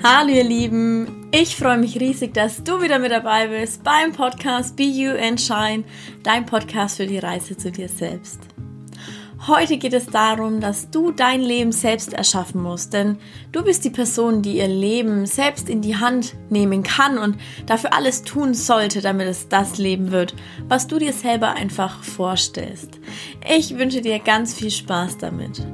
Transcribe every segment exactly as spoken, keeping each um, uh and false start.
Hallo ihr Lieben, ich freue mich riesig, dass du wieder mit dabei bist beim Podcast Be You and Shine, dein Podcast für die Reise zu dir selbst. Heute geht es darum, dass du dein Leben selbst erschaffen musst, denn du bist die Person, die ihr Leben selbst in die Hand nehmen kann und dafür alles tun sollte, damit es das Leben wird, was du dir selber einfach vorstellst. Ich wünsche dir ganz viel Spaß damit.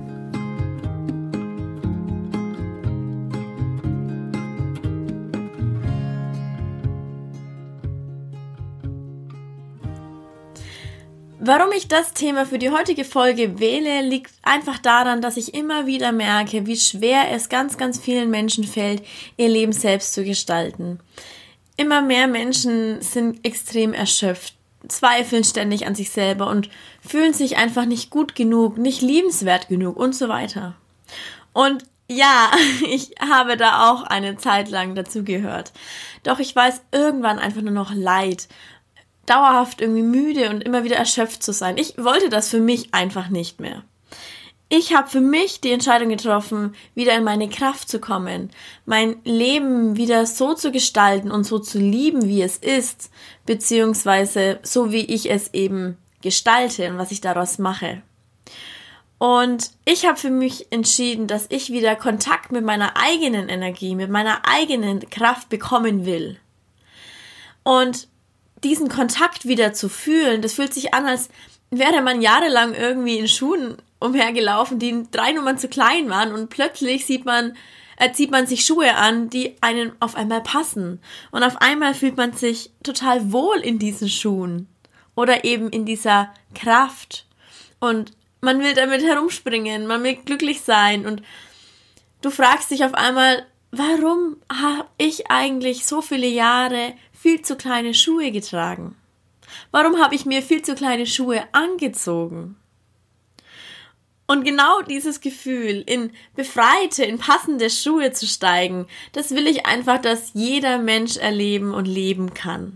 Warum ich das Thema für die heutige Folge wähle, liegt einfach daran, dass ich immer wieder merke, wie schwer es ganz, ganz vielen Menschen fällt, ihr Leben selbst zu gestalten. Immer mehr Menschen sind extrem erschöpft, zweifeln ständig an sich selber und fühlen sich einfach nicht gut genug, nicht liebenswert genug und so weiter. Und ja, ich habe da auch eine Zeit lang dazugehört. Doch ich weiß irgendwann einfach nur noch leid, dauerhaft irgendwie müde und immer wieder erschöpft zu sein. Ich wollte das für mich einfach nicht mehr. Ich habe für mich die Entscheidung getroffen, wieder in meine Kraft zu kommen, mein Leben wieder so zu gestalten und so zu lieben, wie es ist, beziehungsweise so, wie ich es eben gestalte und was ich daraus mache. Und ich habe für mich entschieden, dass ich wieder Kontakt mit meiner eigenen Energie, mit meiner eigenen Kraft bekommen will. Und diesen Kontakt wieder zu fühlen, das fühlt sich an, als wäre man jahrelang irgendwie in Schuhen umhergelaufen, die drei Nummern zu klein waren und plötzlich sieht man, äh, zieht man sich Schuhe an, die einem auf einmal passen. Und auf einmal fühlt man sich total wohl in diesen Schuhen oder eben in dieser Kraft. Und man will damit herumspringen, man will glücklich sein und du fragst dich auf einmal, warum habe ich eigentlich so viele Jahre viel zu kleine Schuhe getragen? Warum habe ich mir viel zu kleine Schuhe angezogen? Und genau dieses Gefühl, in befreite, in passende Schuhe zu steigen, das will ich einfach, dass jeder Mensch erleben und leben kann.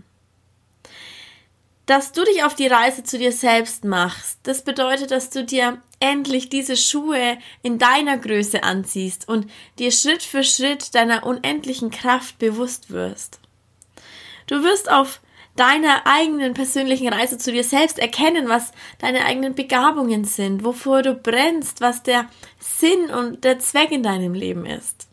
Dass du dich auf die Reise zu dir selbst machst, das bedeutet, dass du dir endlich diese Schuhe in deiner Größe anziehst und dir Schritt für Schritt deiner unendlichen Kraft bewusst wirst. Du wirst auf deiner eigenen persönlichen Reise zu dir selbst erkennen, was deine eigenen Begabungen sind, wofür du brennst, was der Sinn und der Zweck in deinem Leben ist.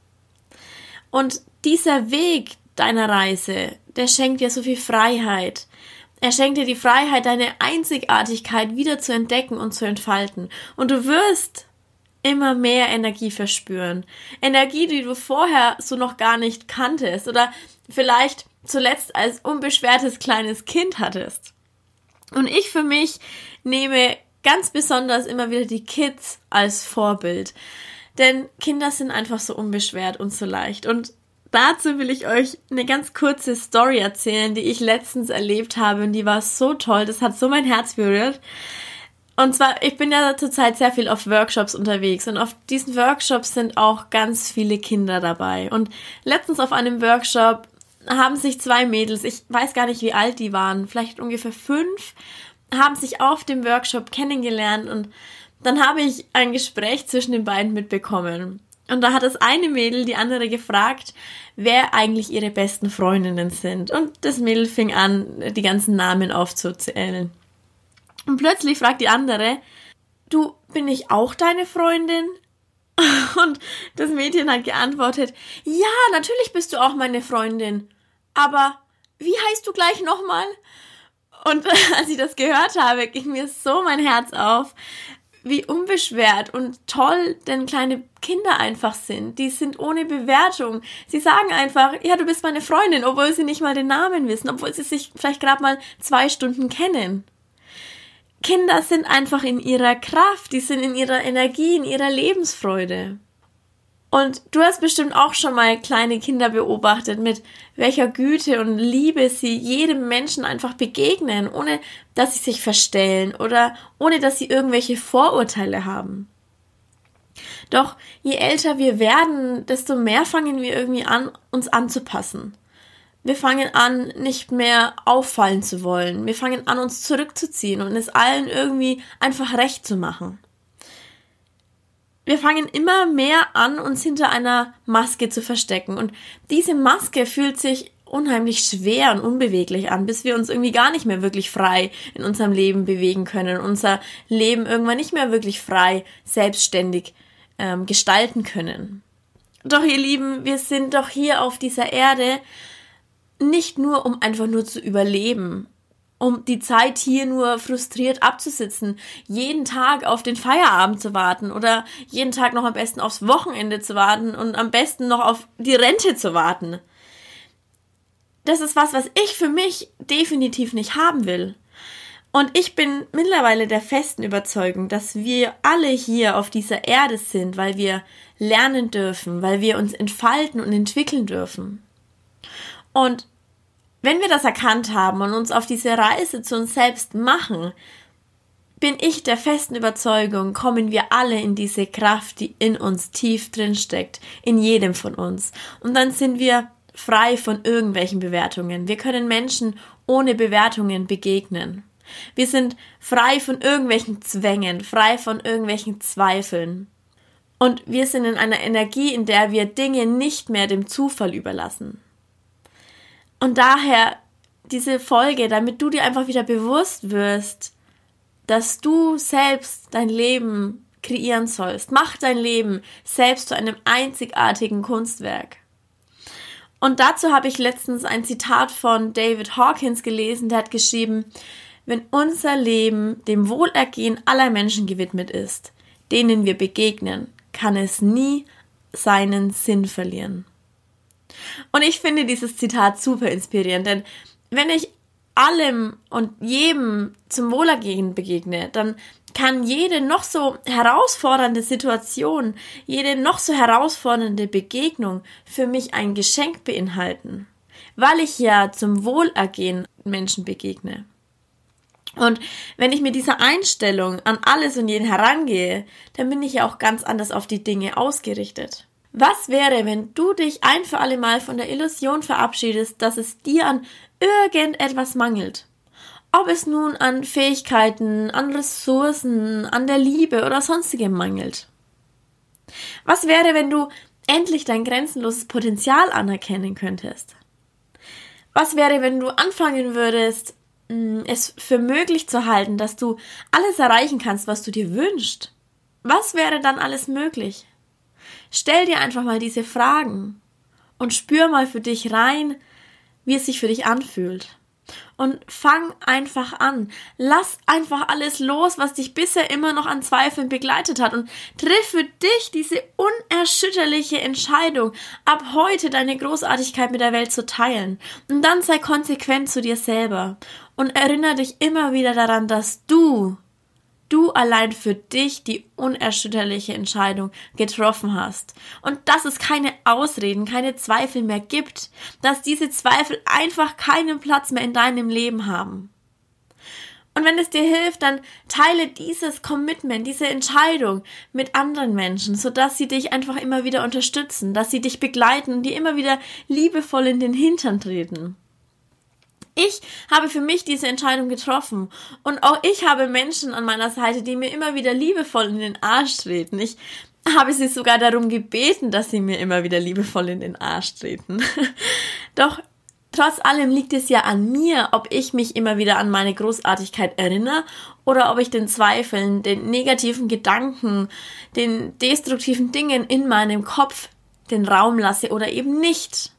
Und dieser Weg deiner Reise, der schenkt dir so viel Freiheit. Er schenkt dir die Freiheit, deine Einzigartigkeit wieder zu entdecken und zu entfalten. Und du wirst immer mehr Energie verspüren. Energie, die du vorher so noch gar nicht kanntest oder vielleicht zuletzt als unbeschwertes kleines Kind hattest. Und ich für mich nehme ganz besonders immer wieder die Kids als Vorbild. Denn Kinder sind einfach so unbeschwert und so leicht. Und dazu will ich euch eine ganz kurze Story erzählen, die ich letztens erlebt habe und die war so toll, das hat so mein Herz berührt. Und zwar, ich bin ja zurzeit sehr viel auf Workshops unterwegs und auf diesen Workshops sind auch ganz viele Kinder dabei. Und letztens auf einem Workshop haben sich zwei Mädels, ich weiß gar nicht, wie alt die waren, vielleicht ungefähr fünf, haben sich auf dem Workshop kennengelernt und dann habe ich ein Gespräch zwischen den beiden mitbekommen. Und da hat das eine Mädel die andere gefragt, wer eigentlich ihre besten Freundinnen sind. Und das Mädel fing an, die ganzen Namen aufzuzählen. Und plötzlich fragt die andere, du, bin ich auch deine Freundin? Und das Mädchen hat geantwortet, ja, natürlich bist du auch meine Freundin. Aber wie heißt du gleich nochmal? Und als ich das gehört habe, ging mir so mein Herz auf, wie unbeschwert und toll denn kleine Kinder einfach sind. Die sind ohne Bewertung. Sie sagen einfach, ja, du bist meine Freundin, obwohl sie nicht mal den Namen wissen, obwohl sie sich vielleicht gerade mal zwei Stunden kennen. Kinder sind einfach in ihrer Kraft, die sind in ihrer Energie, in ihrer Lebensfreude. Und du hast bestimmt auch schon mal kleine Kinder beobachtet, mit welcher Güte und Liebe sie jedem Menschen einfach begegnen, ohne dass sie sich verstellen oder ohne dass sie irgendwelche Vorurteile haben. Doch je älter wir werden, desto mehr fangen wir irgendwie an, uns anzupassen. Wir fangen an, nicht mehr auffallen zu wollen. Wir fangen an, uns zurückzuziehen und es allen irgendwie einfach recht zu machen. wir fangen immer mehr an, uns hinter einer Maske zu verstecken. Und diese Maske fühlt sich unheimlich schwer und unbeweglich an, bis wir uns irgendwie gar nicht mehr wirklich frei in unserem Leben bewegen können, unser Leben irgendwann nicht mehr wirklich frei, selbstständig ähm, gestalten können. Doch ihr Lieben, wir sind doch hier auf dieser Erde nicht nur, um einfach nur zu überleben, um die Zeit hier nur frustriert abzusitzen, jeden Tag auf den Feierabend zu warten oder jeden Tag noch am besten aufs Wochenende zu warten und am besten noch auf die Rente zu warten. Das ist was, was ich für mich definitiv nicht haben will. Und ich bin mittlerweile der festen Überzeugung, dass wir alle hier auf dieser Erde sind, weil wir lernen dürfen, weil wir uns entfalten und entwickeln dürfen. Und wenn wir das erkannt haben und uns auf diese Reise zu uns selbst machen, bin ich der festen Überzeugung, kommen wir alle in diese Kraft, die in uns tief drin steckt, in jedem von uns. Und dann sind wir frei von irgendwelchen Bewertungen. Wir können Menschen ohne Bewertungen begegnen. Wir sind frei von irgendwelchen Zwängen, frei von irgendwelchen Zweifeln. Und wir sind in einer Energie, in der wir Dinge nicht mehr dem Zufall überlassen. Und daher diese Folge, damit du dir einfach wieder bewusst wirst, dass du selbst dein Leben kreieren sollst. Mach dein Leben selbst zu einem einzigartigen Kunstwerk. Und dazu habe ich letztens ein Zitat von David Hawkins gelesen, der hat geschrieben: Wenn unser Leben dem Wohlergehen aller Menschen gewidmet ist, denen wir begegnen, kann es nie seinen Sinn verlieren. Und ich finde dieses Zitat super inspirierend, denn wenn ich allem und jedem zum Wohlergehen begegne, dann kann jede noch so herausfordernde Situation, jede noch so herausfordernde Begegnung für mich ein Geschenk beinhalten, weil ich ja zum Wohlergehen Menschen begegne. Und wenn ich mit dieser Einstellung an alles und jeden herangehe, dann bin ich ja auch ganz anders auf die Dinge ausgerichtet. Was wäre, wenn du dich ein für alle Mal von der Illusion verabschiedest, dass es dir an irgendetwas mangelt? Ob es nun an Fähigkeiten, an Ressourcen, an der Liebe oder sonstigem mangelt. Was wäre, wenn du endlich dein grenzenloses Potenzial anerkennen könntest? Was wäre, wenn du anfangen würdest, es für möglich zu halten, dass du alles erreichen kannst, was du dir wünschst? Was wäre dann alles möglich? Stell dir einfach mal diese Fragen und spür mal für dich rein, wie es sich für dich anfühlt. Und fang einfach an. Lass einfach alles los, was dich bisher immer noch an Zweifeln begleitet hat, und triff für dich diese unerschütterliche Entscheidung, ab heute deine Großartigkeit mit der Welt zu teilen. Und dann sei konsequent zu dir selber und erinnere dich immer wieder daran, dass du du allein für dich die unerschütterliche Entscheidung getroffen hast. Und dass es keine Ausreden, keine Zweifel mehr gibt, dass diese Zweifel einfach keinen Platz mehr in deinem Leben haben. Und wenn es dir hilft, dann teile dieses Commitment, diese Entscheidung mit anderen Menschen, sodass sie dich einfach immer wieder unterstützen, dass sie dich begleiten und dir immer wieder liebevoll in den Hintern treten. Ich habe für mich diese Entscheidung getroffen, und auch ich habe Menschen an meiner Seite, die mir immer wieder liebevoll in den Arsch treten. Ich habe sie sogar darum gebeten, dass sie mir immer wieder liebevoll in den Arsch treten. Doch trotz allem liegt es ja an mir, ob ich mich immer wieder an meine Großartigkeit erinnere oder ob ich den Zweifeln, den negativen Gedanken, den destruktiven Dingen in meinem Kopf den Raum lasse oder eben nicht.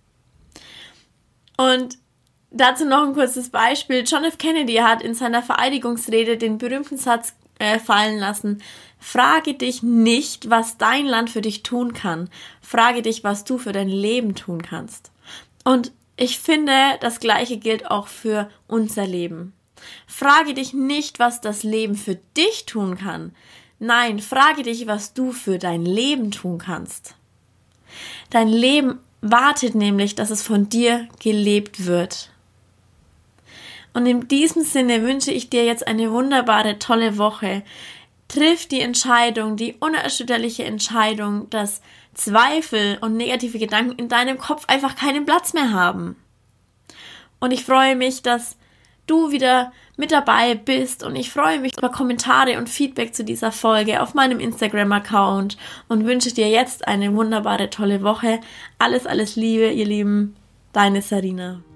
Und dazu noch ein kurzes Beispiel. John F. Kennedy hat in seiner Vereidigungsrede den berühmten Satz äh, fallen lassen: Frage dich nicht, was dein Land für dich tun kann. Frage dich, was du für dein Leben tun kannst. Und ich finde, das Gleiche gilt auch für unser Leben. Frage dich nicht, was das Leben für dich tun kann. Nein, frage dich, was du für dein Leben tun kannst. Dein Leben wartet nämlich, dass es von dir gelebt wird. Und in diesem Sinne wünsche ich dir jetzt eine wunderbare, tolle Woche. Triff die Entscheidung, die unerschütterliche Entscheidung, dass Zweifel und negative Gedanken in deinem Kopf einfach keinen Platz mehr haben. Und ich freue mich, dass du wieder mit dabei bist und ich freue mich über Kommentare und Feedback zu dieser Folge auf meinem Instagram-Account und wünsche dir jetzt eine wunderbare, tolle Woche. Alles, alles Liebe, ihr Lieben, deine Sarina.